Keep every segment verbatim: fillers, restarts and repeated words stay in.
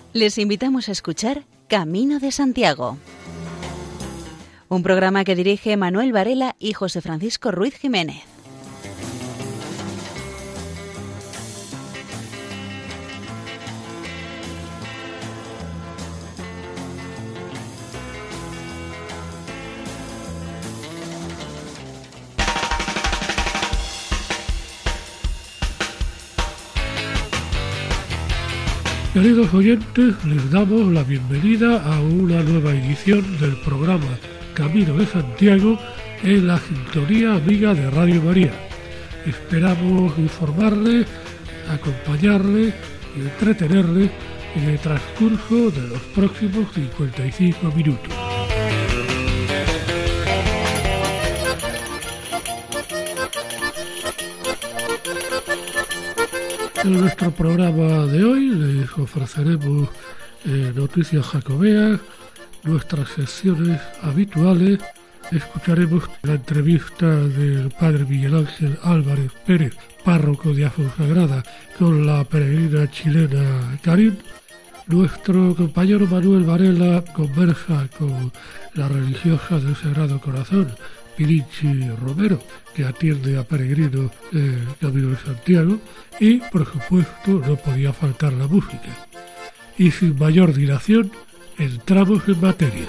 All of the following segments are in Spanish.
Les invitamos a escuchar Camino de Santiago, un programa que dirige Manuel Varela y José Francisco Ruiz Jiménez. Queridos oyentes, les damos la bienvenida a una nueva edición del programa Camino de Santiago en la sintonía amiga de Radio María. Esperamos informarle, acompañarle y entretenerle en el transcurso de los próximos cincuenta y cinco minutos. En nuestro programa de hoy les ofreceremos eh, noticias jacobeas, nuestras secciones habituales, escucharemos la entrevista del padre Miguel Ángel Álvarez Pérez, párroco de Afonsagrada, con la peregrina chilena Karim. Nuestro compañero Manuel Varela conversa con la religiosa del Sagrado Corazón, Pilinchi Romero, que atiende a peregrinos del Camino de Santiago, y por supuesto no podía faltar la música. Y sin mayor dilación, entramos en materia.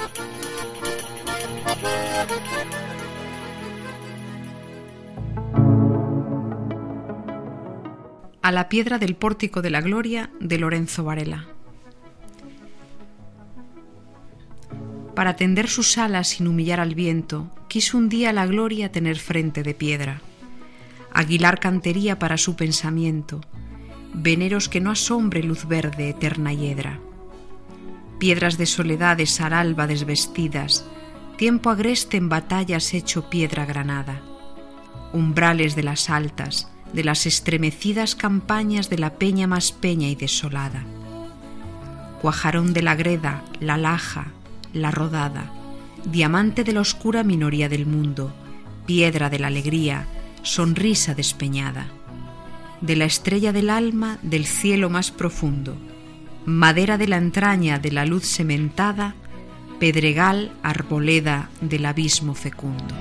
A la piedra del pórtico de la gloria de Lorenzo Varela. Para tender sus alas sin humillar al viento, quiso un día la gloria tener frente de piedra. Aguilar cantería para su pensamiento, veneros que no asombre luz verde, eterna hiedra. Piedras de soledades al alba desvestidas, tiempo agreste en batallas hecho piedra granada. Umbrales de las altas, de las estremecidas campañas de la peña más peña y desolada. Cuajarón de la greda, la laja, la rodada, diamante de la oscura minoría del mundo, piedra de la alegría, sonrisa despeñada, de la estrella del alma del cielo más profundo, madera de la entraña de la luz cementada, pedregal, arboleda del abismo fecundo.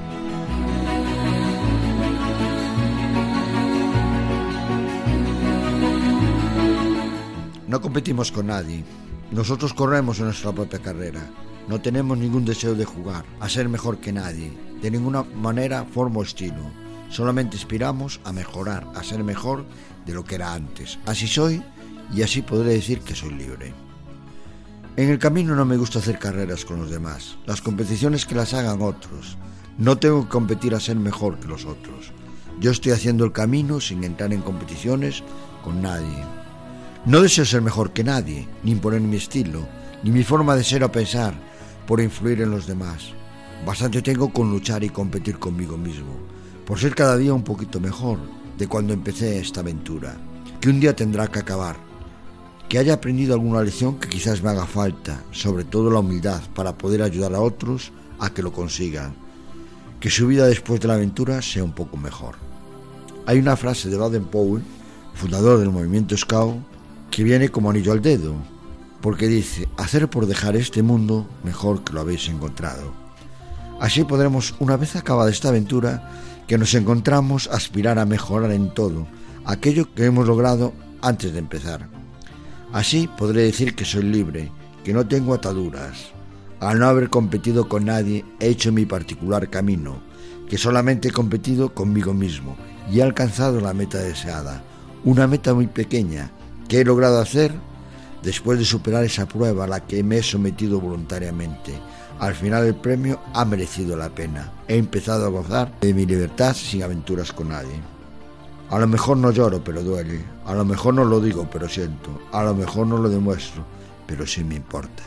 No competimos con nadie. Nosotros corremos en nuestra propia carrera. No tenemos ningún deseo de jugar, a ser mejor que nadie. De ninguna manera formo estilo. Solamente aspiramos a mejorar, a ser mejor de lo que era antes. Así soy y así podré decir que soy libre. En el camino no me gusta hacer carreras con los demás. Las competiciones que las hagan otros. No tengo que competir a ser mejor que los otros. Yo estoy haciendo el camino sin entrar en competiciones con nadie. No deseo ser mejor que nadie, ni imponer mi estilo, ni mi forma de ser o pensar por influir en los demás. Bastante tengo con luchar y competir conmigo mismo, por ser cada día un poquito mejor de cuando empecé esta aventura, que un día tendrá que acabar, que haya aprendido alguna lección que quizás me haga falta, sobre todo la humildad para poder ayudar a otros a que lo consigan, que su vida después de la aventura sea un poco mejor. Hay una frase de Baden-Powell, fundador del movimiento Scout, que viene como anillo al dedo, porque dice: hacer por dejar este mundo mejor que lo habéis encontrado. Así podremos, una vez acabada esta aventura que nos encontramos, aspirar a mejorar en todo aquello que hemos logrado antes de empezar. Así podré decir que soy libre, que no tengo ataduras. Al no haber competido con nadie, he hecho mi particular camino, que solamente he competido conmigo mismo y he alcanzado la meta deseada, una meta muy pequeña, que he logrado hacer después de superar esa prueba a la que me he sometido voluntariamente. Al final el premio ha merecido la pena. He empezado a gozar de mi libertad sin aventuras con nadie. A lo mejor no lloro, pero duele. A lo mejor no lo digo, pero siento. A lo mejor no lo demuestro, pero sí me importa.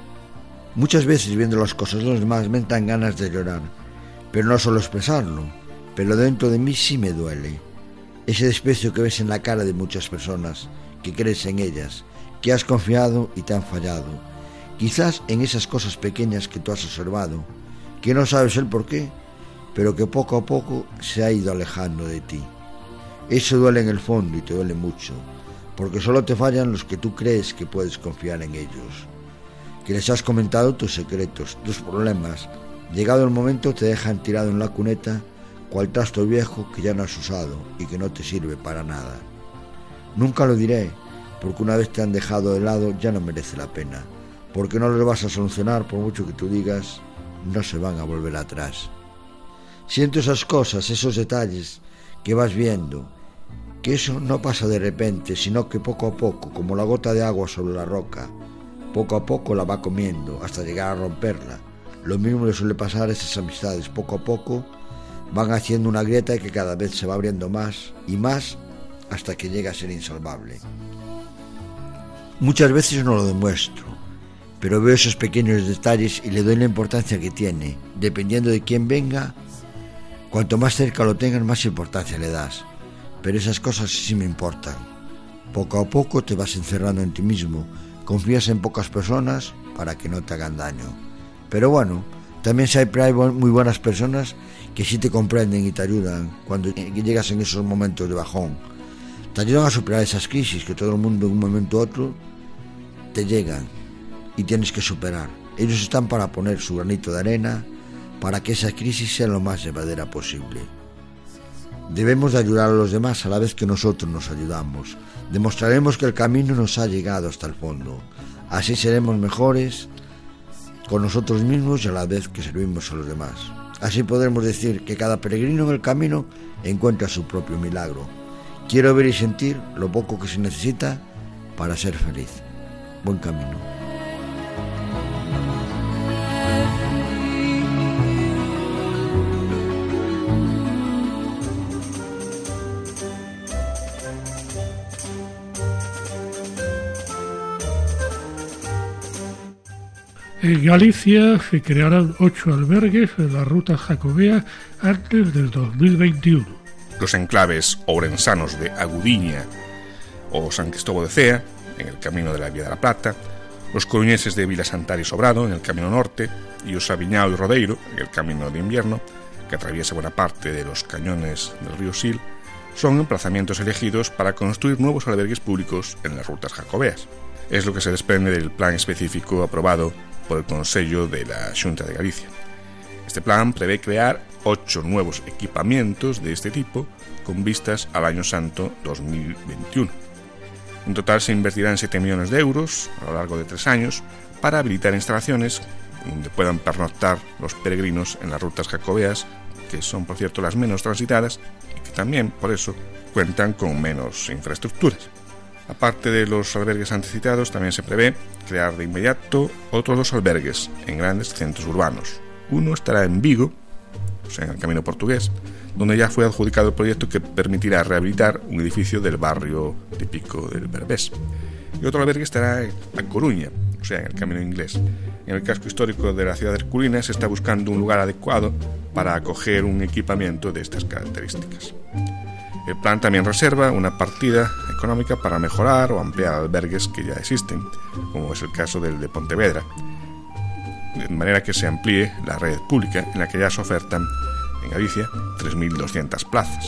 Muchas veces viendo las cosas de los demás me dan ganas de llorar, pero no solo expresarlo, pero dentro de mí sí me duele. Ese desprecio que ves en la cara de muchas personas, que crees en ellas, que has confiado y te han fallado, quizás en esas cosas pequeñas que tú has observado, que no sabes el por qué, pero que poco a poco se ha ido alejando de ti. Eso duele en el fondo y te duele mucho, porque solo te fallan los que tú crees que puedes confiar en ellos, que les has comentado tus secretos, tus problemas. Llegado el momento te dejan tirado en la cuneta cual trasto viejo que ya no has usado y que no te sirve para nada. Nunca lo diré, porque una vez te han dejado de lado ya no merece la pena, porque no los vas a solucionar por mucho que tú digas, no se van a volver atrás. Siento esas cosas, esos detalles que vas viendo, que eso no pasa de repente, sino que poco a poco, como la gota de agua sobre la roca, poco a poco la va comiendo hasta llegar a romperla. Lo mismo le suele pasar a esas amistades, poco a poco van haciendo una grieta que cada vez se va abriendo más y más hasta que llega a ser insalvable. Muchas veces no lo demuestro, pero veo esos pequeños detalles y le doy la importancia que tiene. Dependiendo de quién venga, cuanto más cerca lo tengas, más importancia le das. Pero esas cosas sí me importan. Poco a poco te vas encerrando en ti mismo, confías en pocas personas para que no te hagan daño. Pero bueno, también siempre hay muy buenas personas que sí te comprenden y te ayudan cuando llegas en esos momentos de bajón. Te ayudan a superar esas crisis que todo el mundo en un momento u otro te llegan y tienes que superar. Ellos están para poner su granito de arena para que esa crisis sea lo más llevadera posible. Debemos de ayudar a los demás a la vez que nosotros nos ayudamos. Demostraremos que el camino nos ha llegado hasta el fondo. Así seremos mejores con nosotros mismos y a la vez que servimos a los demás. Así podremos decir que cada peregrino en el camino encuentra su propio milagro. Quiero ver y sentir lo poco que se necesita para ser feliz. Buen camino. En Galicia se crearán ocho albergues en la ruta jacobea antes del dos mil veintiuno. Los enclaves ourensanos de Agudiña o San Cristóbal de Cea, en el camino de la Vía de la Plata, los coruñeses de Vila Santari y Sobrado, en el camino norte, y os Aviñao y Rodeiro, en el camino de invierno, que atraviesa buena parte de los cañones del río Sil, son emplazamientos elegidos para construir nuevos albergues públicos en las rutas jacobeas. Es lo que se desprende del plan específico aprobado por el Consello de la Xunta de Galicia. Este plan prevé crear ocho nuevos equipamientos de este tipo con vistas al Año Santo dos mil veintiuno. En total se invertirán siete millones de euros a lo largo de tres años para habilitar instalaciones donde puedan pernoctar los peregrinos en las rutas jacobeas, que son por cierto las menos transitadas y que también por eso cuentan con menos infraestructuras. Aparte de los albergues antes citados, también se prevé crear de inmediato otros dos albergues en grandes centros urbanos. Uno estará en Vigo, o sea, en el Camino Portugués, donde ya fue adjudicado el proyecto que permitirá rehabilitar un edificio del barrio típico del Berbés. Y otro albergue estará en Coruña, o sea, en el Camino Inglés. En el casco histórico de la ciudad de herculina se está buscando un lugar adecuado para acoger un equipamiento de estas características. El plan también reserva una partida económica para mejorar o ampliar albergues que ya existen, como es el caso del de Pontevedra, de manera que se amplíe la red pública en la que ya se ofertan en Galicia tres mil doscientas plazas.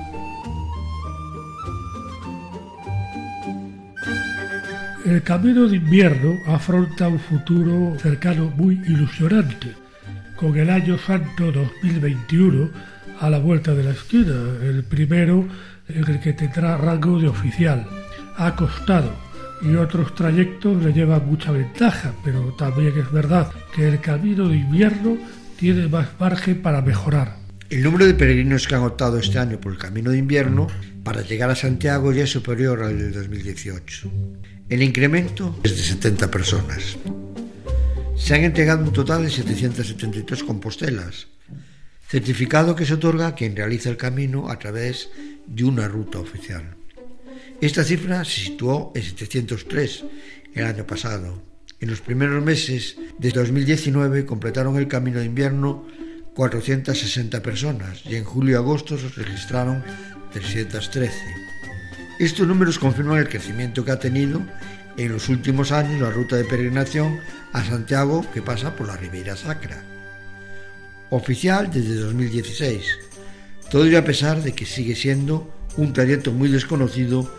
El camino de invierno afronta un futuro cercano muy ilusionante, con el Año Santo dos mil veintiuno a la vuelta de la esquina, el primero en el que tendrá rango de oficial. Ha costado y otros trayectos le llevan mucha ventaja, pero también es verdad que el camino de invierno tiene más margen para mejorar. El número de peregrinos que han optado este año por el camino de invierno para llegar a Santiago ya es superior al del dos mil dieciocho. El incremento es de setenta personas. Se han entregado un total de setecientas setenta y tres compostelas, certificado que se otorga a quien realiza el camino a través de una ruta oficial. Esta cifra se situó en setecientos tres el año pasado. En los primeros meses de dos mil diecinueve completaron el camino de invierno cuatrocientas sesenta personas y en julio y agosto se registraron trescientas trece. Estos números confirman el crecimiento que ha tenido en los últimos años la ruta de peregrinación a Santiago, que pasa por la Ribeira Sacra. Oficial desde dos mil dieciséis, todo ello a pesar de que sigue siendo un trayecto muy desconocido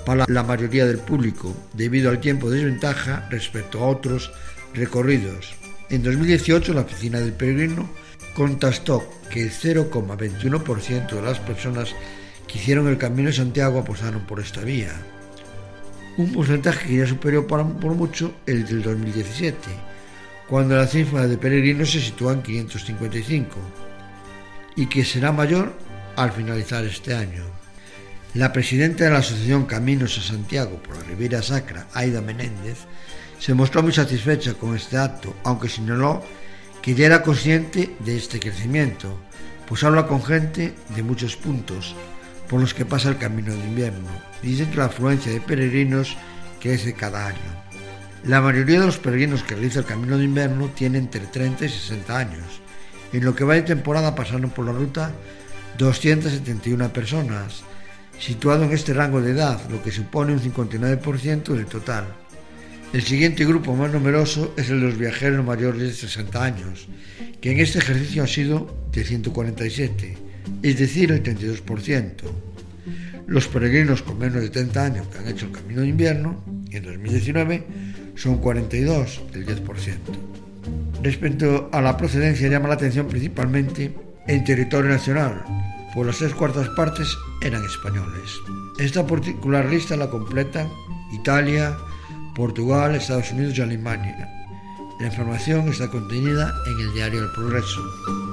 para la mayoría del público, debido al tiempo de desventaja respecto a otros recorridos. En dos mil dieciocho, la Oficina del Peregrino constató que el cero coma veintiuno por ciento de las personas que hicieron el Camino de Santiago apostaron por esta vía, un porcentaje que ya superó por, por mucho el del dos mil diecisiete, cuando la cifra de peregrinos se sitúa en quinientos cincuenta y cinco, y que será mayor al finalizar este año. La presidenta de la Asociación Caminos a Santiago por la Ribeira Sacra, Aida Menéndez, se mostró muy satisfecha con este acto, aunque señaló que ya era consciente de este crecimiento, pues habla con gente de muchos puntos por los que pasa el camino de invierno. Dicen que la afluencia de peregrinos crece cada año. La mayoría de los peregrinos que realizan el camino de invierno tienen entre treinta y sesenta años. En lo que va de temporada pasaron por la ruta doscientas setenta y una personas, situado en este rango de edad, lo que supone un cincuenta y nueve por ciento del total. El siguiente grupo más numeroso es el de los viajeros mayores de sesenta años, que en este ejercicio ha sido de ciento cuarenta y siete, es decir, el treinta y dos por ciento. Los peregrinos con menos de treinta años que han hecho el camino de invierno, en dos mil diecinueve, son cuarenta y dos, el diez por ciento. Respecto a la procedencia, llama la atención principalmente en territorio nacional, pues las tres cuartas partes eran españoles. Esta particular lista la completan Italia, Portugal, Estados Unidos y Alemania. La información está contenida en el diario El Progreso.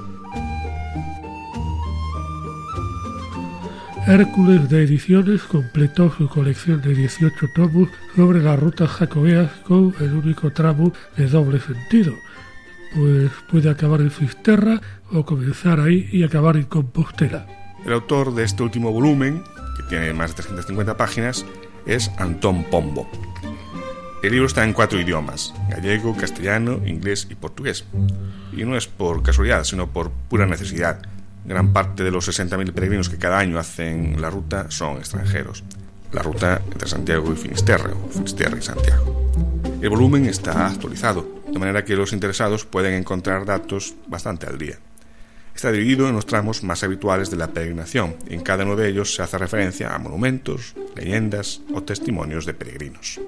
Hércules de Ediciones completó su colección de dieciocho tomos sobre las rutas jacobeas con el único tramo de doble sentido, pues puede acabar en Fisterra o comenzar ahí y acabar en Compostela. El autor de este último volumen, que tiene más de trescientas cincuenta páginas, es Antón Pombo. El libro está en cuatro idiomas: gallego, castellano, inglés y portugués. Y no es por casualidad, sino por pura necesidad. Gran parte de los sesenta mil peregrinos que cada año hacen la ruta son extranjeros. La ruta entre Santiago y Finisterre, o Finisterre y Santiago. El volumen está actualizado, de manera que los interesados pueden encontrar datos bastante al día. Está dividido en los tramos más habituales de la peregrinación, y en cada uno de ellos se hace referencia a monumentos, leyendas o testimonios de peregrinos.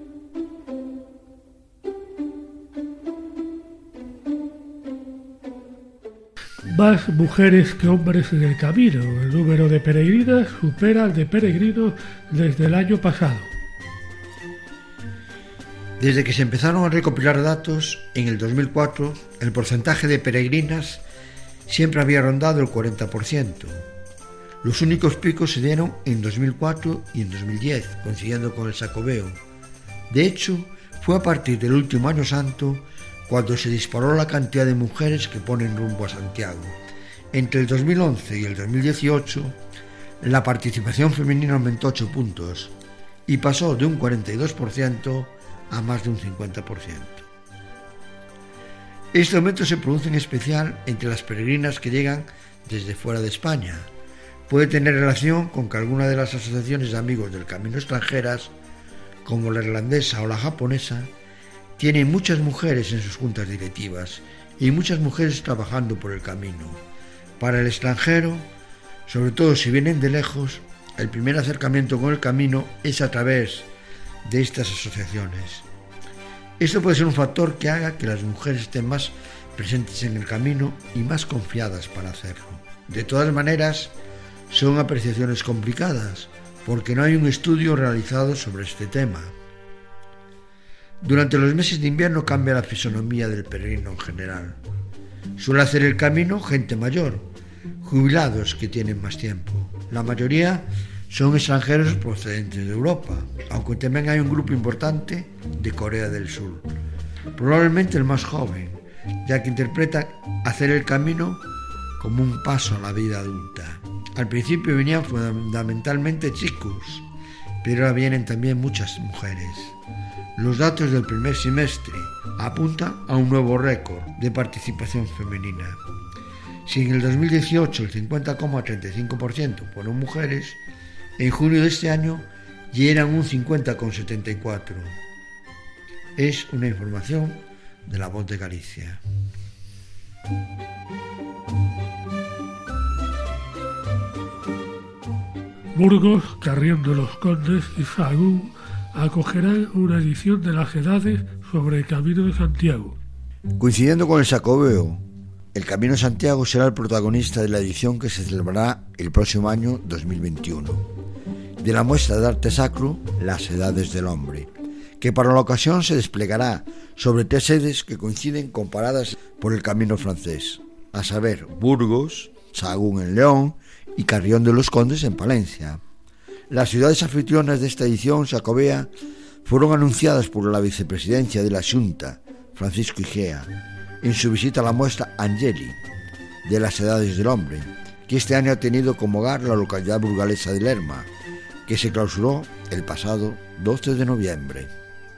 Más mujeres que hombres en el camino. El número de peregrinas supera al de peregrinos desde el año pasado. Desde que se empezaron a recopilar datos, en el dos mil cuatro, el porcentaje de peregrinas siempre había rondado el cuarenta por ciento. Los únicos picos se dieron en dos mil cuatro y en dos mil diez, coincidiendo con el Xacobeo. De hecho, fue a partir del último Año Santo cuando se disparó la cantidad de mujeres que ponen rumbo a Santiago. Entre el dos mil once y el dos mil dieciocho, la participación femenina aumentó ocho puntos y pasó de un cuarenta y dos por ciento a más de un cincuenta por ciento. Este aumento se produce en especial entre las peregrinas que llegan desde fuera de España. Puede tener relación con que alguna de las asociaciones de amigos del camino extranjeras, como la irlandesa o la japonesa, tienen muchas mujeres en sus juntas directivas y muchas mujeres trabajando por el camino. Para el extranjero, sobre todo si vienen de lejos, el primer acercamiento con el camino es a través de estas asociaciones. Esto puede ser un factor que haga que las mujeres estén más presentes en el camino y más confiadas para hacerlo. De todas maneras, son apreciaciones complicadas, porque no hay un estudio realizado sobre este tema. Durante los meses de invierno cambia la fisonomía del peregrino en general. Suele hacer el camino gente mayor, jubilados que tienen más tiempo. La mayoría son extranjeros procedentes de Europa, aunque también hay un grupo importante de Corea del Sur. Probablemente el más joven, ya que interpreta hacer el camino como un paso a la vida adulta. Al principio venían fundamentalmente chicos, pero ahora vienen también muchas mujeres. Los datos del primer semestre apuntan a un nuevo récord de participación femenina. Si en el dos mil dieciocho el cincuenta coma treinta y cinco por ciento fueron mujeres, en junio de este año ya eran un cincuenta coma setenta y cuatro por ciento. Es una información de La Voz de Galicia. Burgos, Carrión de los Condes y Sahagún acogerán una edición de las Edades sobre el Camino de Santiago. Coincidiendo con el Xacobeo, el Camino de Santiago será el protagonista de la edición que se celebrará el próximo año dos mil veintiuno, de la muestra de arte sacro Las Edades del Hombre, que para la ocasión se desplegará sobre tres sedes que coinciden con paradas por el camino francés, a saber, Burgos, Sahagún en León y Carrión de los Condes en Palencia. Las ciudades anfitrionas de esta edición xacobea fueron anunciadas por la vicepresidencia de la Xunta, Francisco Igea, en su visita a la muestra Angeli de las Edades del Hombre, que este año ha tenido como hogar la localidad burgalesa de Lerma, que se clausuró el pasado doce de noviembre.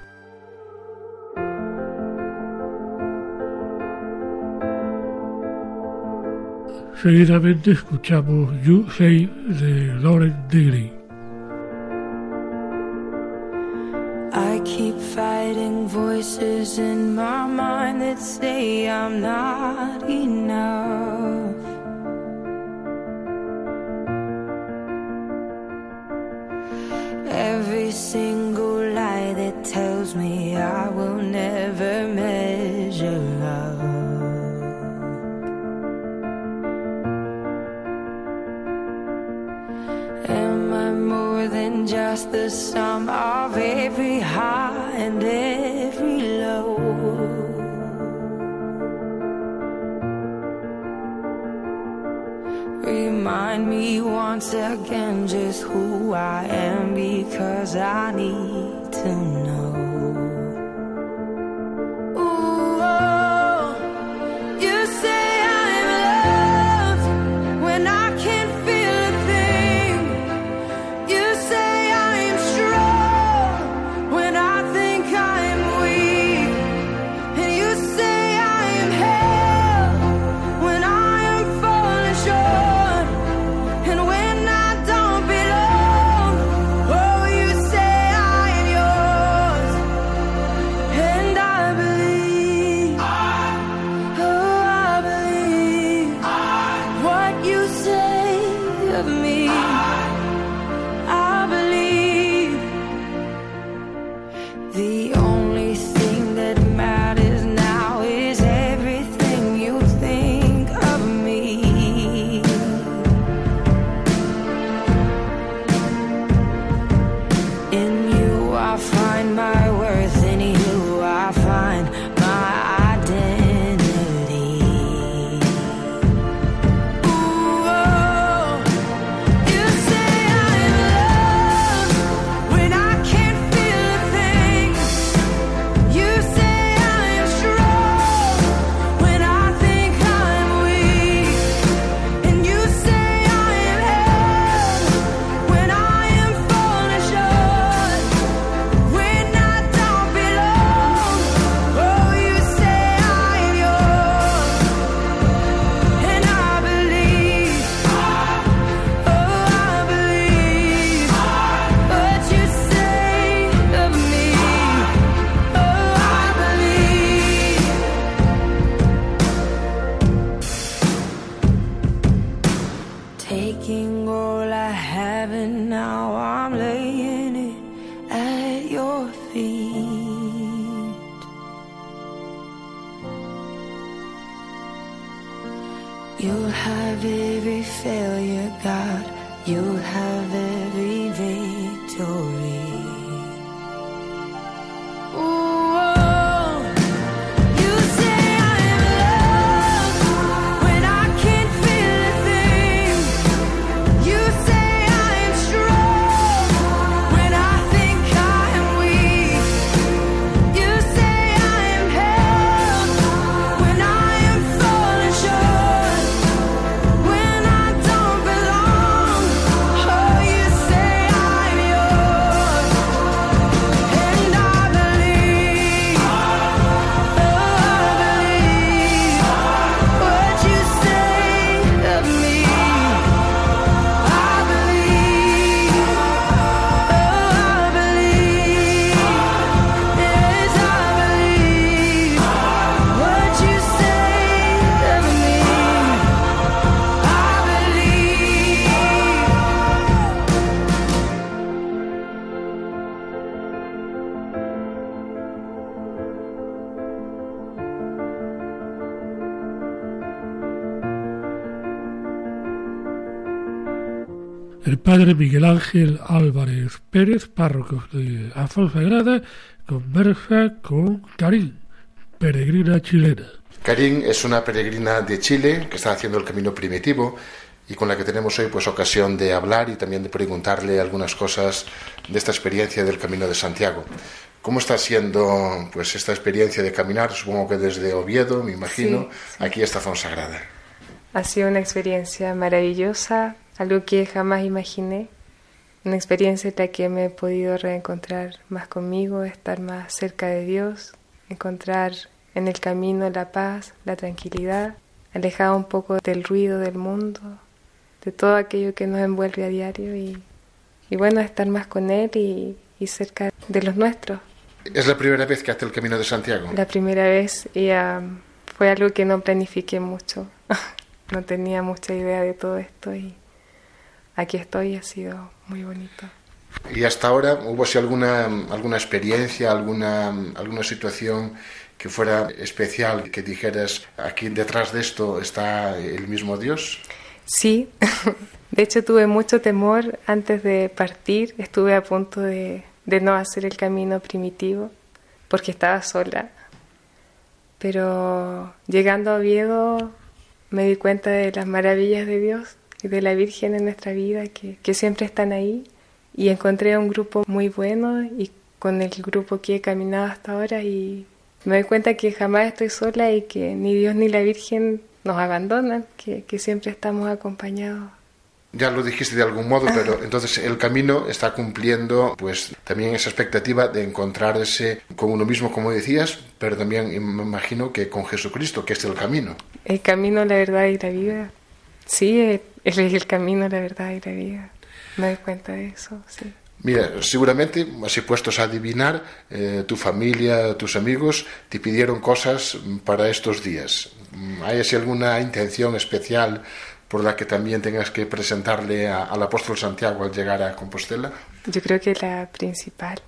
Seguidamente escuchamos You Say de Lauren Daigley. I keep fighting voices in my mind that say I'm not enough. Every single lie that tells me I will never measure up. Am I more than just the sum of every high and every low? Remind me once again just who I am, because I need to know. Ooh, oh, you say I'm loved when I can't feel a thing. You say I'm strong when I think I'm weak. And you say I am held when I am falling short. And when I don't belong, oh, you say I am yours. And I believe, oh, I believe what you say of me. I believe the only thing that matters now is everything you think of me. In you I find my worth, in you I find my identity. Ooh, oh, you say I'm loved when I can't feel a thing. You say I'm strong when I think I'm weak. And you say I am held when I am falling short. When I don't belong, oh, you say I am yours. And I believe, oh, I believe what you say of me. Oh, I believe. Taking all I have and now I'm laying it at your feet. You'll have every failure, God. You'll have every victory. Ooh, oh, you say I am loved when I can't feel a thing. You say I am strong when I think I am weak. You say I am held when I am falling short. When I don't belong, oh, you say I'm yours. el padre Miguel Ángel Álvarez Pérez, párroco de A Fonsagrada, conversa con Karin, peregrina chilena. Karin es una peregrina de Chile que está haciendo el camino primitivo y con la que tenemos hoy pues ocasión de hablar y también de preguntarle algunas cosas de esta experiencia del Camino de Santiago. ¿Cómo está siendo pues esta experiencia de caminar? Supongo que desde Oviedo, me imagino, sí, sí. aquí hasta Fonsagrada. Ha sido una experiencia maravillosa, algo que jamás imaginé. Una experiencia en la que me he podido reencontrar más conmigo, estar más cerca de Dios, encontrar en el camino la paz, la tranquilidad, alejado un poco del ruido del mundo, de todo aquello que nos envuelve a diario y, y bueno, estar más con Él y, y cerca de los nuestros. ¿Es la primera vez que hace el Camino de Santiago? La primera vez y um, fue algo que no planifiqué mucho. No tenía mucha idea de todo esto y aquí estoy y ha sido muy bonito. ¿Y hasta ahora hubo si alguna, alguna experiencia, alguna, alguna situación que fuera especial, que dijeras, aquí detrás de esto está el mismo Dios? Sí, de hecho tuve mucho temor antes de partir, estuve a punto de, de no hacer el camino primitivo porque estaba sola, pero llegando a Oviedo me di cuenta de las maravillas de Dios y de la Virgen en nuestra vida, que, que siempre están ahí, y encontré un grupo muy bueno y con el grupo que he caminado hasta ahora y me doy cuenta que jamás estoy sola y que ni Dios ni la Virgen nos abandonan, que, que siempre estamos acompañados. Ya lo dijiste de algún modo, pero entonces el camino está cumpliendo pues también esa expectativa de encontrarse con uno mismo, como decías, pero también me imagino que con Jesucristo, que es el camino. El camino, la verdad y la vida. Sí, Él es el camino, la verdad y la vida. Me doy cuenta de eso, sí. Mira, seguramente, así puestos a adivinar, eh, tu familia, tus amigos te pidieron cosas para estos días. ¿Hay así alguna intención especial por la que también tengas que presentarle a, al apóstol Santiago al llegar a Compostela? Yo creo que la principal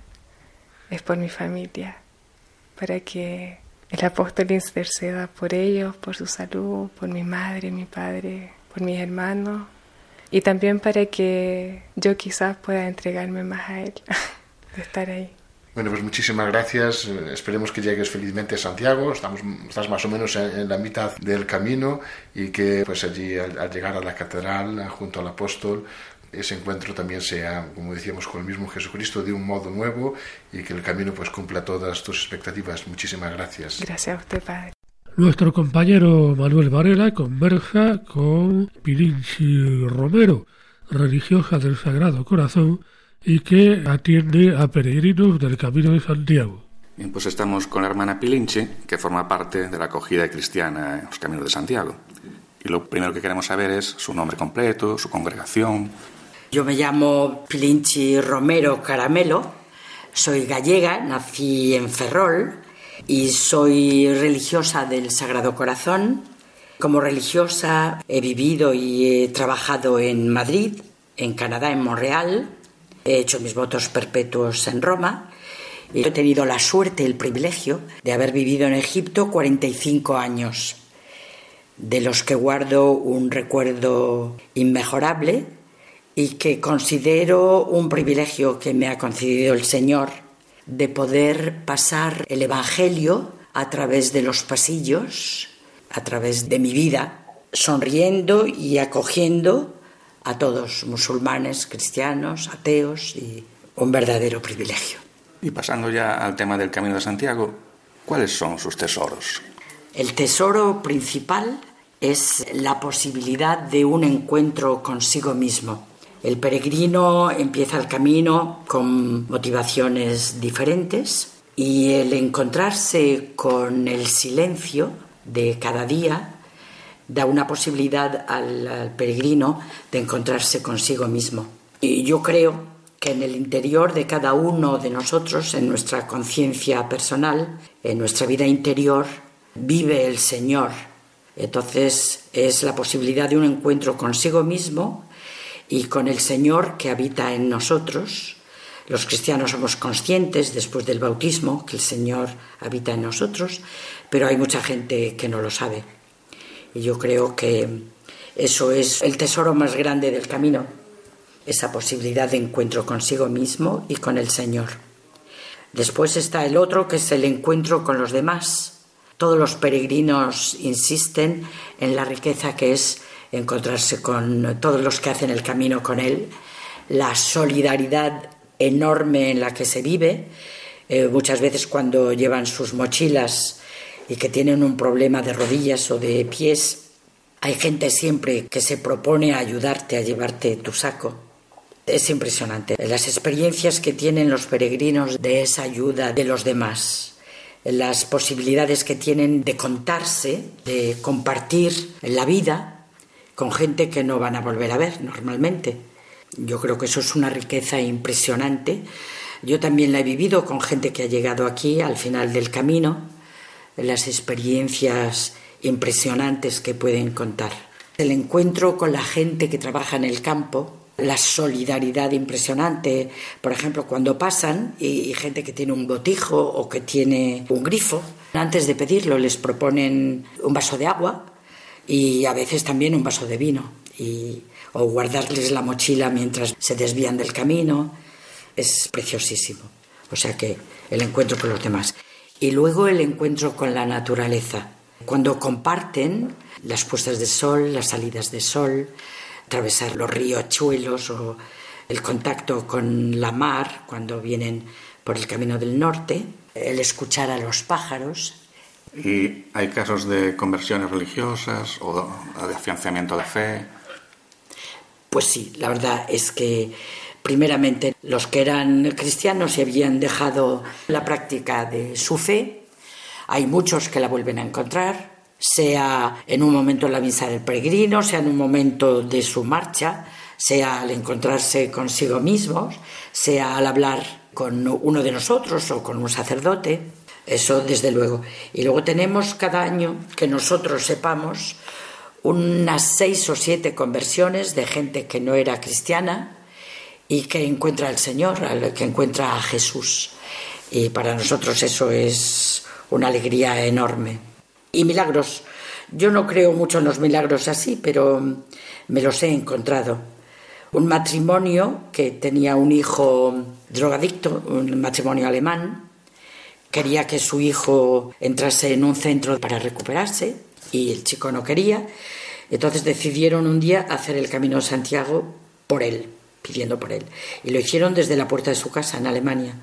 es por mi familia, para que el apóstol interceda por ellos, por su salud, por mi madre, mi padre, por mis hermanos, y también para que yo quizás pueda entregarme más a él, de estar ahí. Bueno, pues muchísimas gracias. Esperemos que llegues felizmente a Santiago. Estamos, estás más o menos en, en la mitad del camino y que pues allí al, al llegar a la catedral junto al apóstol, ese encuentro también sea, como decíamos, con el mismo Jesucristo de un modo nuevo y que el camino pues cumpla todas tus expectativas. Muchísimas gracias. Gracias a usted, Padre. Nuestro compañero Manuel Varela conversa con Pilinchi Romero, religiosa del Sagrado Corazón, y que atiende a peregrinos del Camino de Santiago. Bien, pues estamos con la hermana Pilinchi, que forma parte de la acogida cristiana en los Caminos de Santiago. Y lo primero que queremos saber es su nombre completo, su congregación. Yo me llamo Pilinchi Romero Caramelo, soy gallega, nací en Ferrol y soy religiosa del Sagrado Corazón. Como religiosa he vivido y he trabajado en Madrid, en Canadá, en Montreal. He hecho mis votos perpetuos en Roma y he tenido la suerte y el privilegio de haber vivido en Egipto cuarenta y cinco años, de los que guardo un recuerdo inmejorable y que considero un privilegio que me ha concedido el Señor de poder pasar el Evangelio a través de los pasillos, a través de mi vida, sonriendo y acogiendo a todos, musulmanes, cristianos, ateos, y un verdadero privilegio. Y pasando ya al tema del Camino de Santiago, ¿cuáles son sus tesoros? El tesoro principal es la posibilidad de un encuentro consigo mismo. El peregrino empieza el camino con motivaciones diferentes y el encontrarse con el silencio de cada día da una posibilidad al, al peregrino de encontrarse consigo mismo. Y yo creo que en el interior de cada uno de nosotros, en nuestra conciencia personal, en nuestra vida interior, vive el Señor. Entonces es la posibilidad de un encuentro consigo mismo y con el Señor que habita en nosotros. Los cristianos somos conscientes después del bautismo que el Señor habita en nosotros, pero hay mucha gente que no lo sabe. Y yo creo que eso es el tesoro más grande del camino, esa posibilidad de encuentro consigo mismo y con el Señor. Después está el otro, que es el encuentro con los demás. Todos los peregrinos insisten en la riqueza que es encontrarse con todos los que hacen el camino con Él, la solidaridad enorme en la que se vive. Eh, muchas veces cuando llevan sus mochilas y que tienen un problema de rodillas o de pies, hay gente siempre que se propone ayudarte a llevarte tu saco. Es impresionante las experiencias que tienen los peregrinos de esa ayuda de los demás, las posibilidades que tienen de contarse, de compartir la vida con gente que no van a volver a ver normalmente. Yo creo que eso es una riqueza impresionante. Yo también la he vivido con gente que ha llegado aquí al final del camino, las experiencias impresionantes que pueden contar. El encuentro con la gente que trabaja en el campo, la solidaridad impresionante, por ejemplo, cuando pasan y, y gente que tiene un botijo o que tiene un grifo, antes de pedirlo les proponen un vaso de agua y a veces también un vaso de vino, y, o guardarles la mochila mientras se desvían del camino. Es preciosísimo. O sea que el encuentro con los demás. Y luego el encuentro con la naturaleza. Cuando comparten las puestas de sol, las salidas de sol, atravesar los riachuelos o el contacto con la mar cuando vienen por el camino del norte, el escuchar a los pájaros. ¿Y hay casos de conversiones religiosas o de afianzamiento de fe? Pues sí, la verdad es que primeramente los que eran cristianos y habían dejado la práctica de su fe, hay muchos que la vuelven a encontrar, sea en un momento en la misa del peregrino, sea en un momento de su marcha, sea al encontrarse consigo mismos, sea al hablar con uno de nosotros o con un sacerdote. Eso desde luego. Y luego tenemos cada año, que nosotros sepamos, unas seis o siete conversiones de gente que no era cristiana y que encuentra al Señor, que encuentra a Jesús. Y para nosotros eso es una alegría enorme. Y milagros. Yo no creo mucho en los milagros así, pero me los he encontrado. Un matrimonio que tenía un hijo drogadicto, un matrimonio alemán, quería que su hijo entrase en un centro para recuperarse y el chico no quería. Entonces decidieron un día hacer el Camino de Santiago por él, pidiendo por él. Y lo hicieron desde la puerta de su casa en Alemania.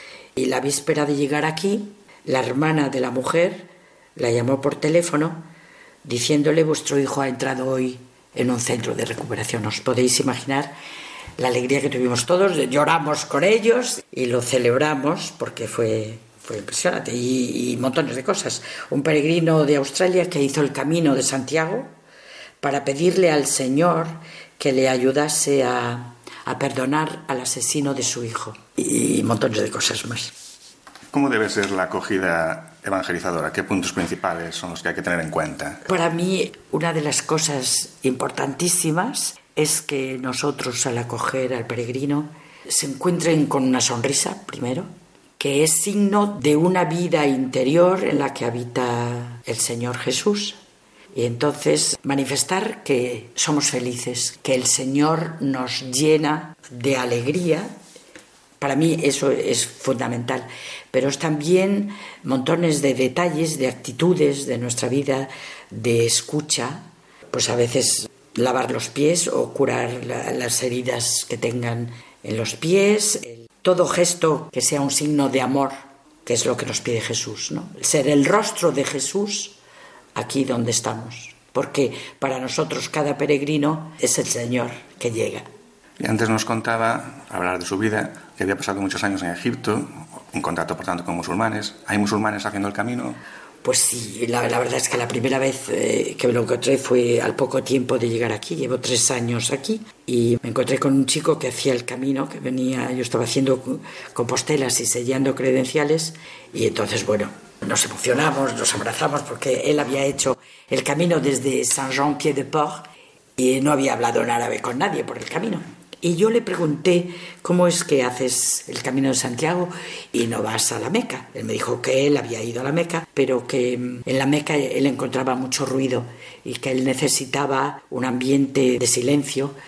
Y la víspera de llegar aquí, la hermana de la mujer la llamó por teléfono diciéndole: vuestro hijo ha entrado hoy en un centro de recuperación. Os podéis imaginar la alegría que tuvimos todos, lloramos con ellos y lo celebramos porque fue, fue impresionante. Y, y montones de cosas. Un peregrino de Australia que hizo el Camino de Santiago para pedirle al Señor que le ayudase a, a perdonar al asesino de su hijo. Y montones de cosas más. ¿Cómo debe ser la acogida evangelizadora? ¿Qué puntos principales son los que hay que tener en cuenta? Para mí, una de las cosas importantísimas es que nosotros, al acoger al peregrino, se encuentren con una sonrisa, primero, que es signo de una vida interior en la que habita el Señor Jesús. Y entonces manifestar que somos felices, que el Señor nos llena de alegría. Para mí eso es fundamental, pero es también montones de detalles, de actitudes de nuestra vida, de escucha, pues a veces lavar los pies o curar la, las heridas que tengan en los pies, todo gesto que sea un signo de amor, que es lo que nos pide Jesús, ¿no? Ser el rostro de Jesús aquí donde estamos, porque para nosotros cada peregrino es el Señor que llega. Y antes nos contaba, al hablar de su vida, que había pasado muchos años en Egipto, en contacto por tanto con musulmanes. ¿Hay musulmanes haciendo el camino? Pues sí, la, la verdad es que la primera vez eh, que me lo encontré fue al poco tiempo de llegar aquí. Llevo tres años aquí y me encontré con un chico que hacía el camino, que venía, yo estaba haciendo compostelas y sellando credenciales, y entonces, bueno, nos emocionamos, nos abrazamos porque él había hecho el camino desde Saint-Jean-Pied-de-Port y no había hablado en árabe con nadie por el camino. Y yo le pregunté: ¿cómo es que haces el Camino de Santiago y no vas a la Meca? Él me dijo que él había ido a la Meca, pero que en la Meca él encontraba mucho ruido y que él necesitaba un ambiente de silencio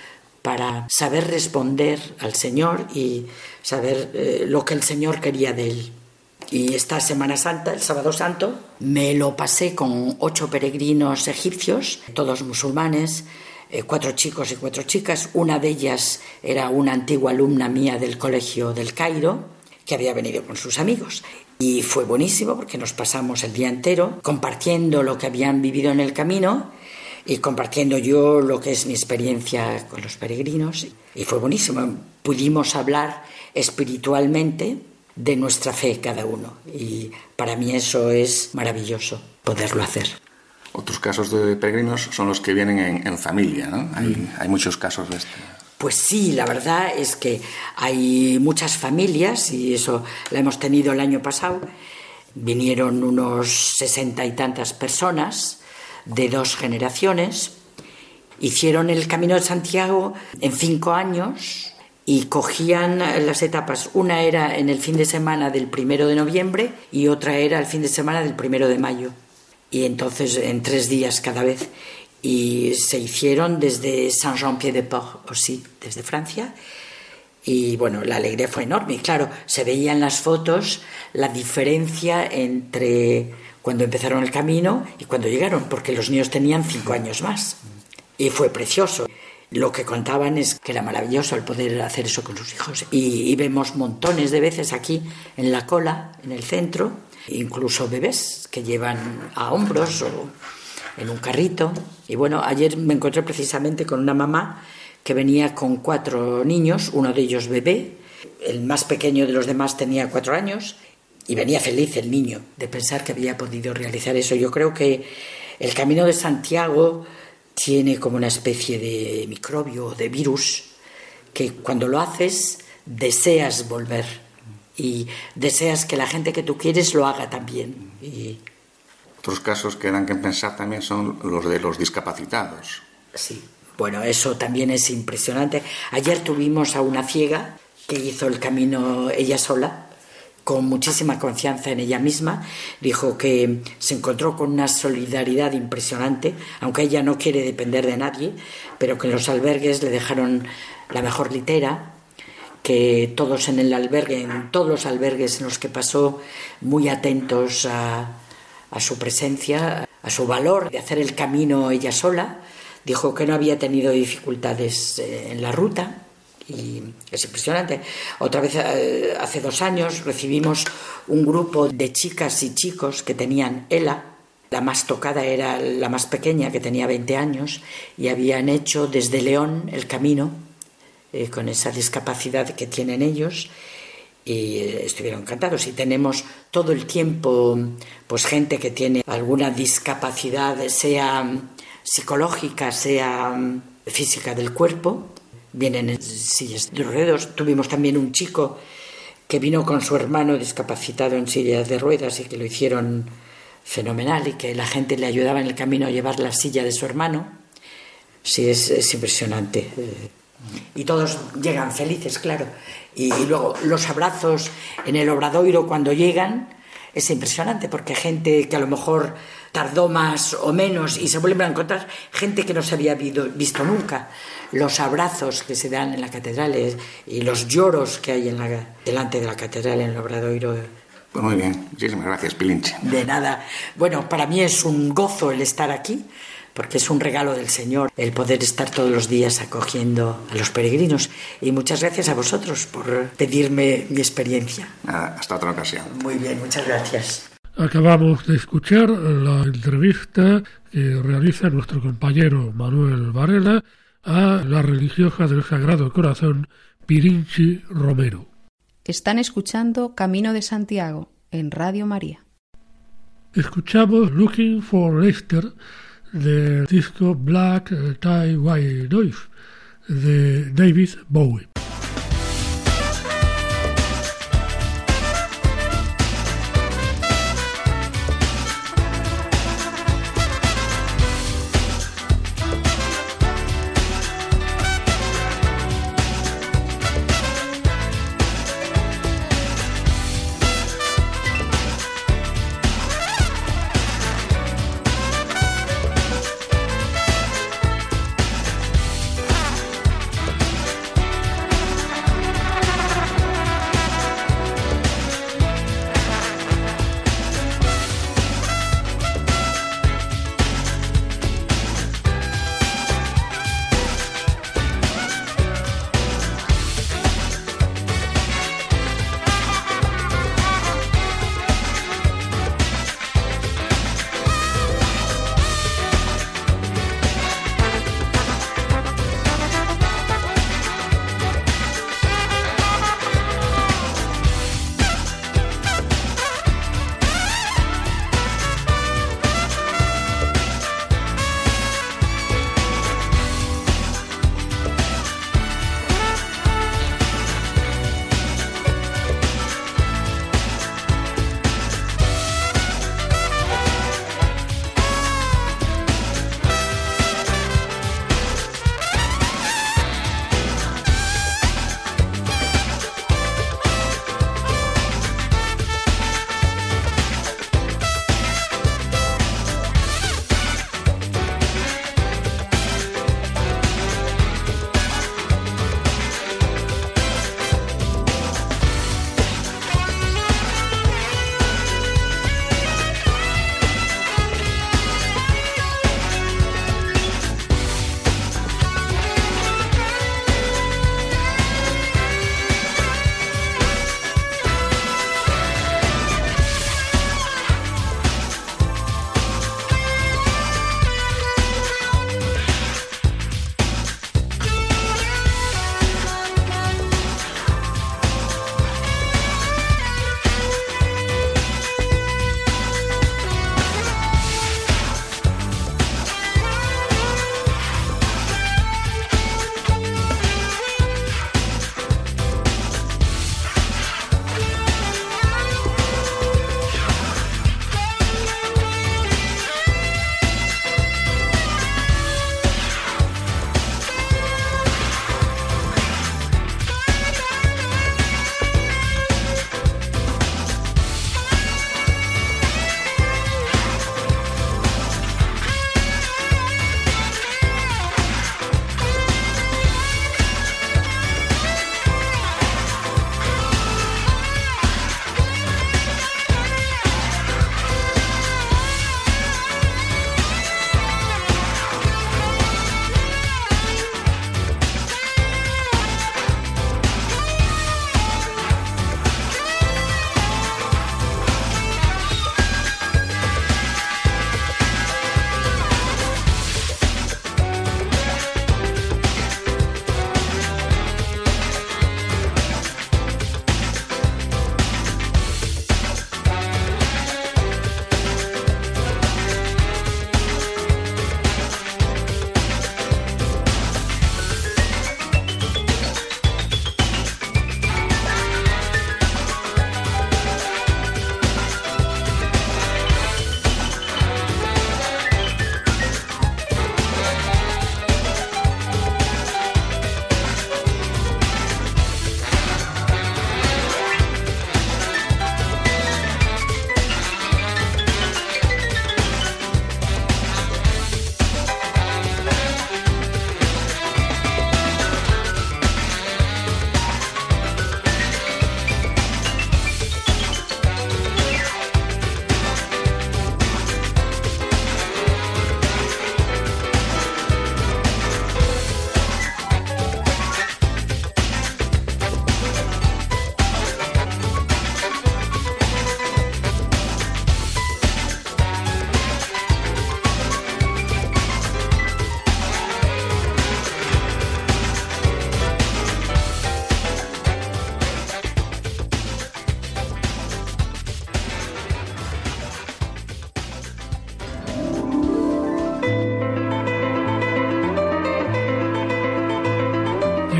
para saber responder al Señor y saber eh, lo que el Señor quería de él. Y esta Semana Santa, el Sábado Santo, me lo pasé con ocho peregrinos egipcios, todos musulmanes, eh, cuatro chicos y cuatro chicas. Una de ellas era una antigua alumna mía del Colegio del Cairo, que había venido con sus amigos. Y fue buenísimo porque nos pasamos el día entero compartiendo lo que habían vivido en el camino y compartiendo yo lo que es mi experiencia con los peregrinos. Y fue buenísimo. Pudimos hablar espiritualmente de nuestra fe cada uno. Y para mí eso es maravilloso, poderlo hacer. Otros casos de peregrinos son los que vienen en, en familia, ¿no? Hay, mm. hay muchos casos de este. Pues sí, la verdad es que hay muchas familias, y eso la hemos tenido el año pasado. Vinieron unos sesenta y tantas personas de dos generaciones. Hicieron el Camino de Santiago en cinco años y cogían las etapas. Una era en el fin de semana del primero de noviembre y otra era el fin de semana del primero de mayo. Y entonces en tres días cada vez. Y se hicieron desde Saint-Jean-Pied-de-Port, o sí, desde Francia. Y bueno, la alegría fue enorme. Y claro, se veía en las fotos la diferencia entre cuando empezaron el camino y cuando llegaron, porque los niños tenían cinco años más. Y fue precioso. Lo que contaban es que era maravilloso el poder hacer eso con sus hijos. Y, y vemos montones de veces aquí en la cola, en el centro, incluso bebés que llevan a hombros o en un carrito. Y bueno, ayer me encontré precisamente con una mamá que venía con cuatro niños, uno de ellos bebé, el más pequeño de los demás tenía cuatro años, y venía feliz el niño de pensar que había podido realizar eso. Yo creo que el Camino de Santiago tiene como una especie de microbio, de virus, que cuando lo haces deseas volver y deseas que la gente que tú quieres lo haga también. Y otros casos que dan que pensar también son los de los discapacitados. Sí, bueno, eso también es impresionante. Ayer tuvimos a una ciega que hizo el camino ella sola, con muchísima confianza en ella misma. Dijo que se encontró con una solidaridad impresionante, aunque ella no quiere depender de nadie, pero que en los albergues le dejaron la mejor litera, que todos en el albergue, en todos los albergues en los que pasó, muy atentos a a su presencia, a su valor de hacer el camino ella sola. Dijo que no había tenido dificultades en la ruta y es impresionante. Otra vez, hace dos años, recibimos un grupo de chicas y chicos que tenían E L A. La más tocada era la más pequeña, que tenía veinte años, y habían hecho desde León el camino eh, con esa discapacidad que tienen ellos. Y estuvieron encantados. Y tenemos todo el tiempo pues gente que tiene alguna discapacidad, sea psicológica, sea física del cuerpo, vienen en sillas de ruedas. Tuvimos también un chico que vino con su hermano discapacitado en sillas de ruedas y que lo hicieron fenomenal, y que la gente le ayudaba en el camino a llevar la silla de su hermano. Sí, es, es impresionante. Y todos llegan felices, claro. Y, y luego los abrazos en el Obradoiro cuando llegan es impresionante, porque gente que a lo mejor tardó más o menos y se vuelven a encontrar gente que no se había visto, visto nunca. Los abrazos que se dan en la catedral y los lloros que hay en la, delante de la catedral en el Obradoiro. Pues muy bien, muchísimas gracias, Pilinchi. De nada. Bueno, para mí es un gozo el estar aquí, porque es un regalo del Señor el poder estar todos los días acogiendo a los peregrinos. Y muchas gracias a vosotros por pedirme mi experiencia. Nada, hasta otra ocasión. Muy bien, muchas gracias. Acabamos de escuchar la entrevista que realiza nuestro compañero Manuel Varela a la religiosa del Sagrado Corazón, Pilinchi Romero. Están escuchando Camino de Santiago en Radio María. Escuchamos Looking for Esther, del disco Black Tie White Noise de David Bowie.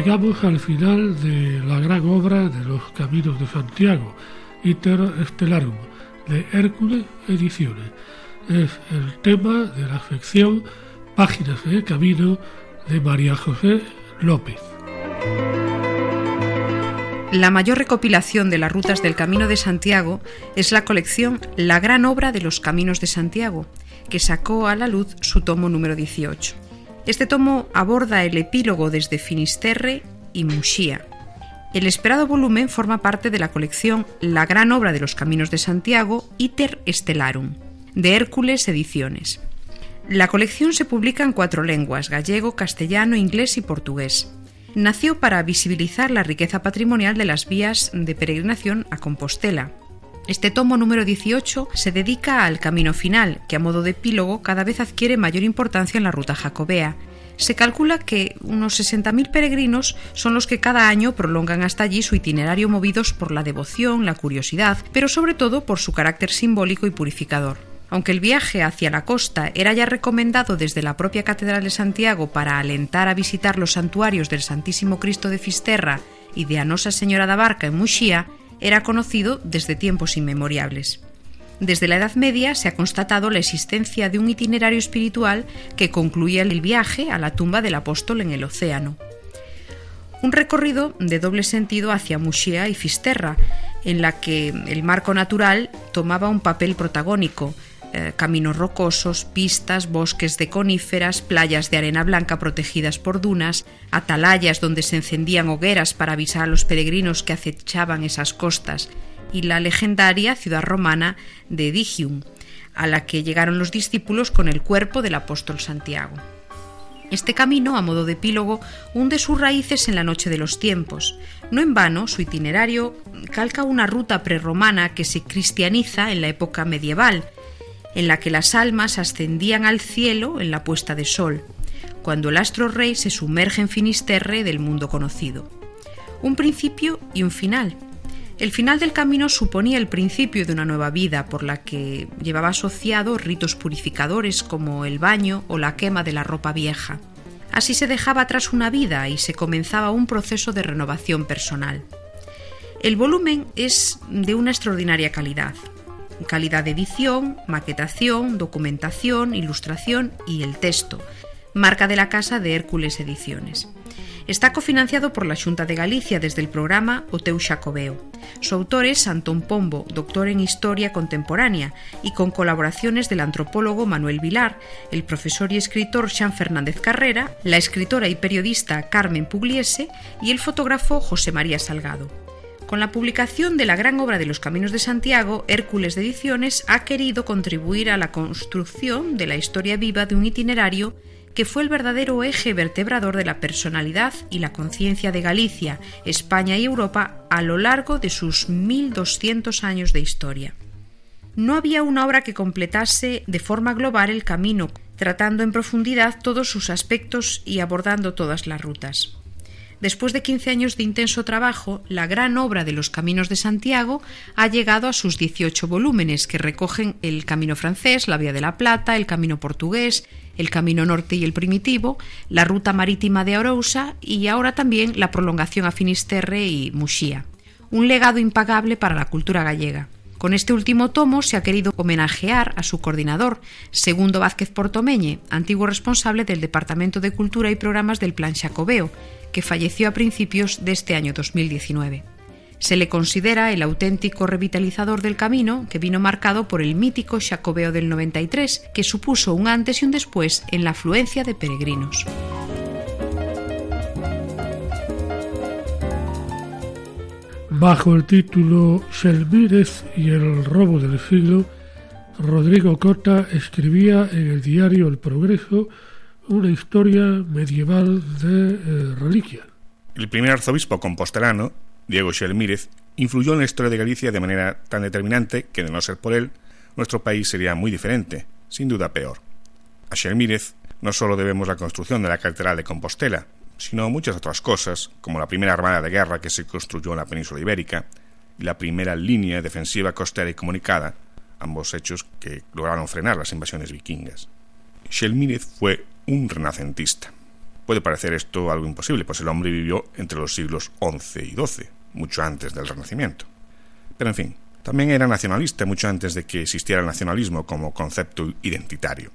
llegamos al final de la gran obra de los Caminos de Santiago, Iter Stellarum, de Hércules Ediciones. Es el tema de la sección Páginas de Camino de María José López. La mayor recopilación de las rutas del Camino de Santiago es la colección La gran obra de los Caminos de Santiago, que sacó a la luz su tomo número dieciocho. Este tomo aborda el epílogo desde Finisterre y Muxía. El esperado volumen forma parte de la colección La gran obra de los Caminos de Santiago, Iter Stellarum, de Hércules Ediciones. La colección se publica en cuatro lenguas: gallego, castellano, inglés y portugués. Nació para visibilizar la riqueza patrimonial de las vías de peregrinación a Compostela. Este tomo número dieciocho se dedica al camino final, que a modo de epílogo cada vez adquiere mayor importancia en la ruta jacobea. Se calcula que unos sesenta mil peregrinos son los que cada año prolongan hasta allí su itinerario, movidos por la devoción, la curiosidad, pero sobre todo por su carácter simbólico y purificador. Aunque el viaje hacia la costa era ya recomendado desde la propia Catedral de Santiago para alentar a visitar los santuarios del Santísimo Cristo de Fisterra y de a Nosa Señora da Barca en Muxía, era conocido desde tiempos inmemoriales. Desde la Edad Media se ha constatado la existencia de un itinerario espiritual que concluía el viaje a la tumba del apóstol en el océano. Un recorrido de doble sentido hacia Muxía y Fisterra, en la que el marco natural tomaba un papel protagónico: eh, caminos rocosos, pistas, bosques de coníferas, playas de arena blanca protegidas por dunas, atalayas donde se encendían hogueras para avisar a los peregrinos que acechaban esas costas, y la legendaria ciudad romana de Digium, a la que llegaron los discípulos con el cuerpo del apóstol Santiago. Este camino, a modo de epílogo, hunde sus raíces en la noche de los tiempos. No en vano, su itinerario calca una ruta prerromana que se cristianiza en la época medieval, en la que las almas ascendían al cielo en la puesta de sol, cuando el astro rey se sumerge en Finisterre del mundo conocido. Un principio y un final. El final del camino suponía el principio de una nueva vida, por la que llevaba asociados ritos purificadores como el baño o la quema de la ropa vieja. Así se dejaba atrás una vida y se comenzaba un proceso de renovación personal. El volumen es de una extraordinaria calidad. Calidad de edición, maquetación, documentación, ilustración y el texto, marca de la casa de Hércules Ediciones. Está cofinanciado por la Xunta de Galicia desde el programa O Teu Xacobeo. Su autor es Antón Pombo, doctor en Historia Contemporánea, y con colaboraciones del antropólogo Manuel Vilar, el profesor y escritor Xan Fernández Carrera, la escritora y periodista Carmen Pugliese y el fotógrafo José María Salgado. Con la publicación de la gran obra de los Caminos de Santiago, Hércules Ediciones ha querido contribuir a la construcción de la historia viva de un itinerario que fue el verdadero eje vertebrador de la personalidad y la conciencia de Galicia, España y Europa a lo largo de sus mil doscientos años de historia. No había una obra que completase de forma global el camino, tratando en profundidad todos sus aspectos y abordando todas las rutas. Después de quince años de intenso trabajo, la gran obra de los Caminos de Santiago ha llegado a sus dieciocho volúmenes, que recogen el Camino francés, la Vía de la Plata, el Camino portugués, el Camino norte y el primitivo, la ruta marítima de Arousa y ahora también la prolongación a Finisterre y Muxía. Un legado impagable para la cultura gallega. Con este último tomo se ha querido homenajear a su coordinador, Segundo Vázquez Portomeñe, antiguo responsable del Departamento de Cultura y Programas del Plan Xacobeo, que falleció a principios de este año dos mil diecinueve. Se le considera el auténtico revitalizador del camino, que vino marcado por el mítico Xacobeo del noventa y tres, que supuso un antes y un después en la afluencia de peregrinos. Bajo el título Xelmírez y el robo del siglo, Rodrigo Cota escribía en el diario El Progreso una historia medieval de eh, reliquia. El primer arzobispo compostelano, Diego Xelmírez, influyó en la historia de Galicia de manera tan determinante que, de no ser por él, nuestro país sería muy diferente, sin duda peor. A Xelmírez no solo debemos la construcción de la Catedral de Compostela, sino muchas otras cosas, como la primera armada de guerra que se construyó en la península ibérica y la primera línea defensiva costera y comunicada, ambos hechos que lograron frenar las invasiones vikingas. Xelmírez fue un renacentista. Puede parecer esto algo imposible, pues el hombre vivió entre los siglos once y doce, mucho antes del Renacimiento. Pero en fin, también era nacionalista mucho antes de que existiera el nacionalismo como concepto identitario.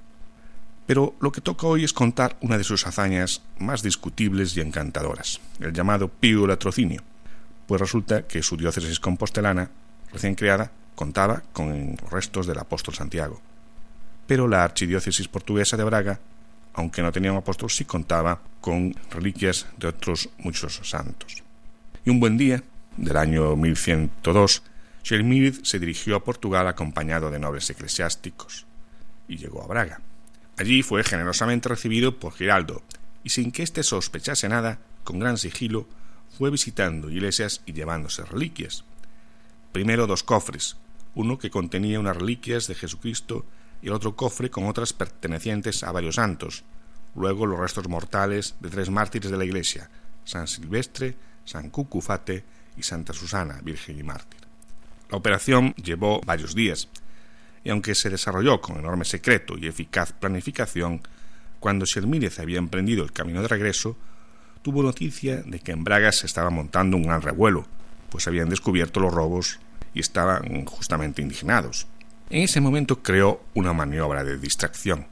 Pero lo que toca hoy es contar una de sus hazañas más discutibles y encantadoras, el llamado Pío Latrocinio, pues resulta que su diócesis compostelana, recién creada, contaba con restos del apóstol Santiago. Pero la archidiócesis portuguesa de Braga, aunque no tenía un apóstol, sí contaba con reliquias de otros muchos santos. Y un buen día, del año mil ciento dos, Xelmírez se dirigió a Portugal acompañado de nobles eclesiásticos y llegó a Braga. Allí fue generosamente recibido por Giraldo y sin que éste sospechase nada, con gran sigilo, fue visitando iglesias y llevándose reliquias. Primero dos cofres, uno que contenía unas reliquias de Jesucristo y el otro cofre con otras pertenecientes a varios santos, luego los restos mortales de tres mártires de la iglesia, San Silvestre, San Cucufate y Santa Susana, virgen y mártir. La operación llevó varios días, y aunque se desarrolló con enorme secreto y eficaz planificación, cuando Xelmírez había emprendido el camino de regreso, tuvo noticia de que en Braga se estaba montando un gran revuelo, pues habían descubierto los robos y estaban justamente indignados. En ese momento creó una maniobra de distracción.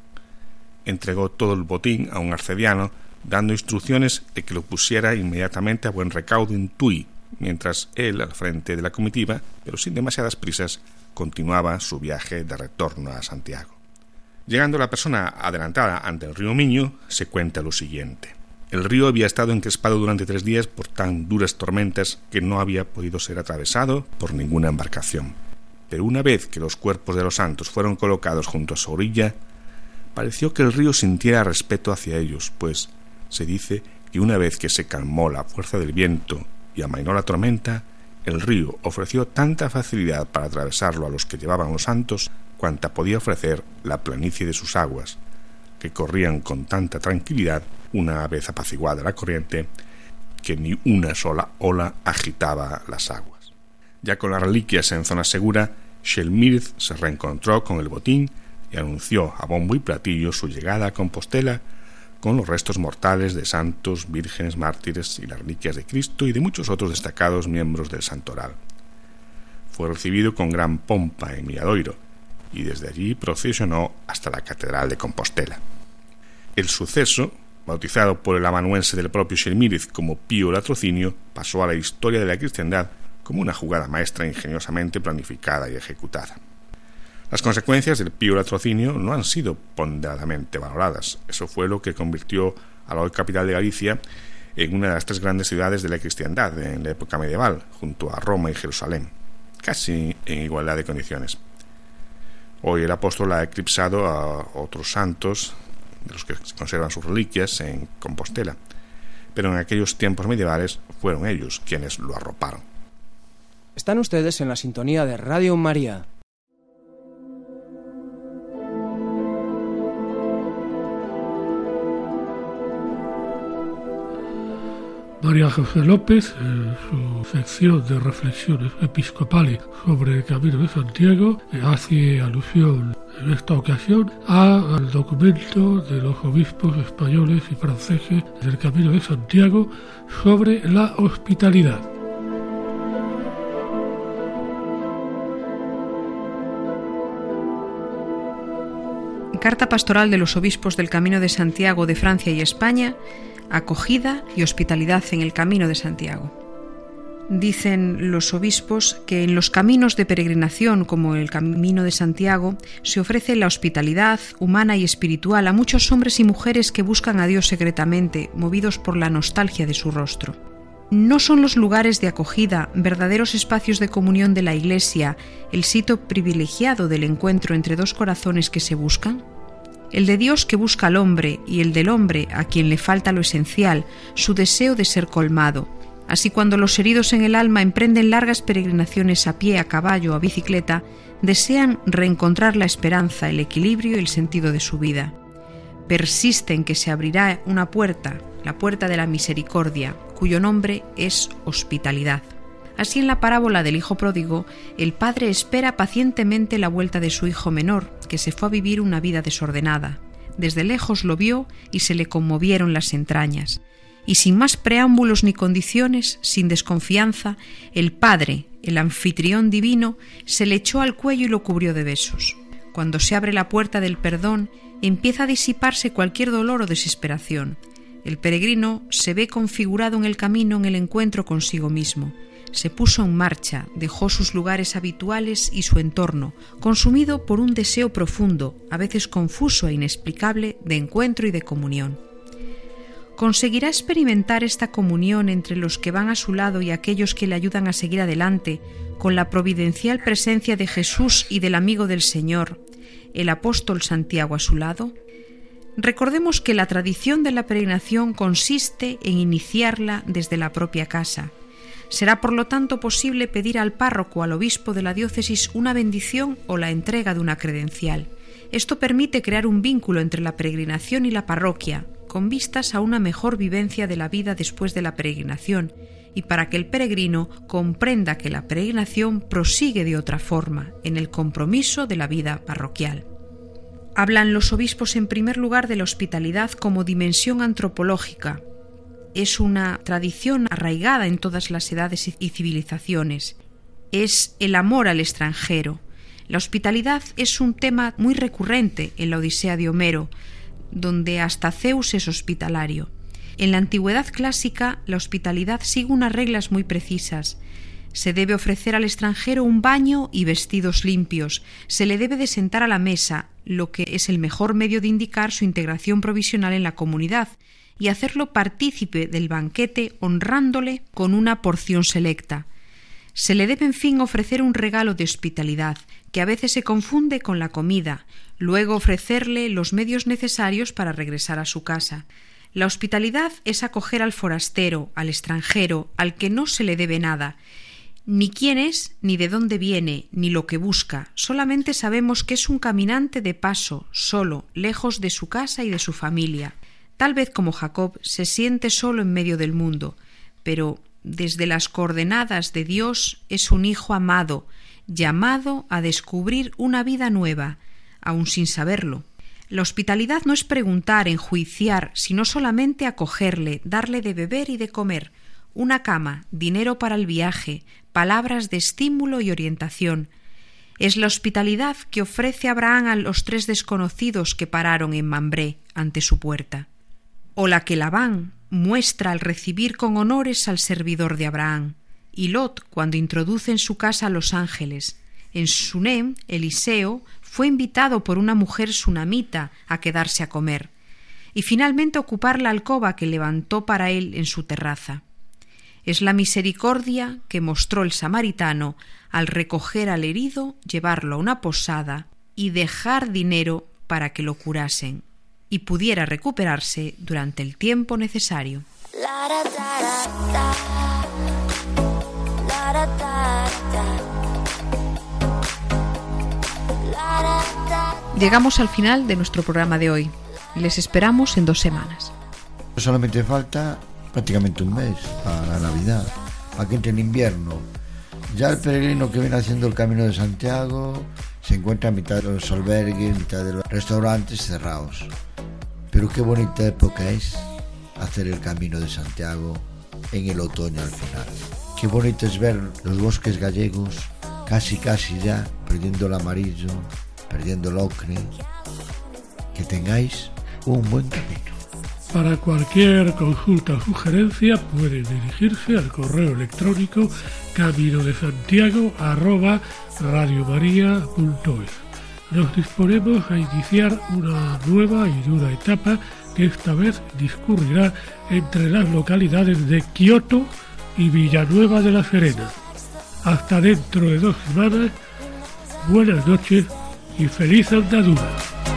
Entregó todo el botín a un arcediano, dando instrucciones de que lo pusiera inmediatamente a buen recaudo en Tui, mientras él, al frente de la comitiva, pero sin demasiadas prisas, continuaba su viaje de retorno a Santiago. Llegando la persona adelantada ante el río Miño, se cuenta lo siguiente. El río había estado encrespado durante tres días por tan duras tormentas que no había podido ser atravesado por ninguna embarcación. Pero una vez que los cuerpos de los santos fueron colocados junto a su orilla, pareció que el río sintiera respeto hacia ellos, pues se dice que una vez que se calmó la fuerza del viento y amainó la tormenta, el río ofreció tanta facilidad para atravesarlo a los que llevaban los santos cuanta podía ofrecer la planicie de sus aguas, que corrían con tanta tranquilidad una vez apaciguada la corriente, que ni una sola ola agitaba las aguas. Ya con las reliquias en zona segura, Xelmírez se reencontró con el botín y anunció a bombo y platillo su llegada a Compostela con los restos mortales de santos, vírgenes, mártires y las reliquias de Cristo y de muchos otros destacados miembros del santoral. Fue recibido con gran pompa en Milladoiro y desde allí procesionó hasta la catedral de Compostela. El suceso, bautizado por el amanuense del propio Xelmírez como Pío Latrocinio, pasó a la historia de la cristiandad como una jugada maestra ingeniosamente planificada y ejecutada. Las consecuencias del Pío Latrocinio no han sido ponderadamente valoradas. Eso fue lo que convirtió a la hoy capital de Galicia en una de las tres grandes ciudades de la cristiandad en la época medieval, junto a Roma y Jerusalén, casi en igualdad de condiciones. Hoy el apóstol ha eclipsado a otros santos, de los que se conservan sus reliquias, en Compostela, pero en aquellos tiempos medievales fueron ellos quienes lo arroparon. Están ustedes en la sintonía de Radio María. María José López, en su sección de reflexiones episcopales sobre el Camino de Santiago, hace alusión en esta ocasión al documento de los obispos españoles y franceses del Camino de Santiago sobre la hospitalidad. Carta pastoral de los obispos del Camino de Santiago de Francia y España, acogida y hospitalidad en el Camino de Santiago. Dicen los obispos que en los caminos de peregrinación como el Camino de Santiago se ofrece la hospitalidad humana y espiritual a muchos hombres y mujeres que buscan a Dios secretamente, movidos por la nostalgia de su rostro. ¿No son los lugares de acogida, verdaderos espacios de comunión de la Iglesia, el sitio privilegiado del encuentro entre dos corazones que se buscan? El de Dios que busca al hombre y el del hombre a quien le falta lo esencial, su deseo de ser colmado. Así cuando los heridos en el alma emprenden largas peregrinaciones a pie, a caballo o a bicicleta, desean reencontrar la esperanza, el equilibrio y el sentido de su vida. Persisten que se abrirá una puerta, la puerta de la misericordia, cuyo nombre es hospitalidad. Así en la parábola del hijo pródigo, el padre espera pacientemente la vuelta de su hijo menor, que se fue a vivir una vida desordenada. desde lejos lo vio y se le conmovieron las entrañas. Y sin más preámbulos ni condiciones, sin desconfianza, el padre, el anfitrión divino, se le echó al cuello y lo cubrió de besos. Cuando se abre la puerta del perdón, empieza a disiparse cualquier dolor o desesperación. El peregrino se ve configurado en el camino en el encuentro consigo mismo. Se puso en marcha, dejó sus lugares habituales y su entorno, consumido por un deseo profundo, a veces confuso e inexplicable, de encuentro y de comunión. ¿Conseguirá experimentar esta comunión entre los que van a su lado y aquellos que le ayudan a seguir adelante, con la providencial presencia de Jesús y del amigo del Señor, el apóstol Santiago a su lado? Recordemos que la tradición de la peregrinación consiste en iniciarla desde la propia casa. Será por lo tanto posible pedir al párroco o al obispo de la diócesis una bendición o la entrega de una credencial. Esto permite crear un vínculo entre la peregrinación y la parroquia, con vistas a una mejor vivencia de la vida después de la peregrinación, y para que el peregrino comprenda que la peregrinación prosigue de otra forma, en el compromiso de la vida parroquial. Hablan los obispos en primer lugar de la hospitalidad como dimensión antropológica. Es una tradición arraigada en todas las edades y civilizaciones. Es el amor al extranjero. La hospitalidad es un tema muy recurrente en la Odisea de Homero, donde hasta Zeus es hospitalario. En la antigüedad clásica, la hospitalidad sigue unas reglas muy precisas. Se debe ofrecer al extranjero un baño y vestidos limpios. Se le debe de sentar a la mesa, lo que es el mejor medio de indicar su integración provisional en la comunidad, y hacerlo partícipe del banquete honrándole con una porción selecta. Se le debe, en fin, ofrecer un regalo de hospitalidad, que a veces se confunde con la comida, luego ofrecerle los medios necesarios para regresar a su casa. La hospitalidad es acoger al forastero, al extranjero, al que no se le debe nada, ni quién es, ni de dónde viene, ni lo que busca. Solamente sabemos que es un caminante de paso, solo, lejos de su casa y de su familia. Tal vez como Jacob se siente solo en medio del mundo, pero desde las coordenadas de Dios es un hijo amado, llamado a descubrir una vida nueva, aun sin saberlo. La hospitalidad no es preguntar, enjuiciar, sino solamente acogerle, darle de beber y de comer, una cama, dinero para el viaje, palabras de estímulo y orientación. Es la hospitalidad que ofrece Abraham a los tres desconocidos que pararon en Mambré ante su puerta, o la que Labán muestra al recibir con honores al servidor de Abraham, y Lot cuando introduce en su casa a los ángeles. En Sunem, Eliseo fue invitado por una mujer sunamita a quedarse a comer, y finalmente ocupar la alcoba que levantó para él en su terraza. Es la misericordia que mostró el samaritano al recoger al herido, llevarlo a una posada y dejar dinero para que lo curasen y pudiera recuperarse durante el tiempo necesario. Llegamos al final de nuestro programa de hoy. Les esperamos en dos semanas. Solamente falta prácticamente un mes para la Navidad, para que entre el invierno. Ya el peregrino que viene haciendo el Camino de Santiago se encuentra a mitad de los albergues, mitad de los restaurantes cerrados. Pero qué bonita época es hacer el Camino de Santiago en el otoño al final. Qué bonito es ver los bosques gallegos casi casi ya perdiendo el amarillo, perdiendo el ocre. Que tengáis un buen camino. Para cualquier consulta o sugerencia pueden dirigirse al correo electrónico camino de santiago arroba radiomaria punto es. Nos disponemos a iniciar una nueva y dura etapa que esta vez discurrirá entre las localidades de Kioto y Villanueva de la Serena. Hasta dentro de dos semanas, buenas noches y feliz andadura.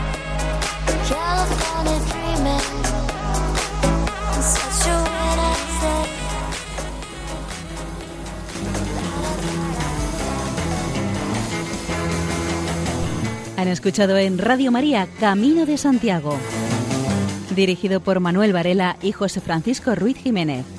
Han escuchado en Radio María Camino de Santiago, dirigido por Manuel Varela y José Francisco Ruiz Jiménez.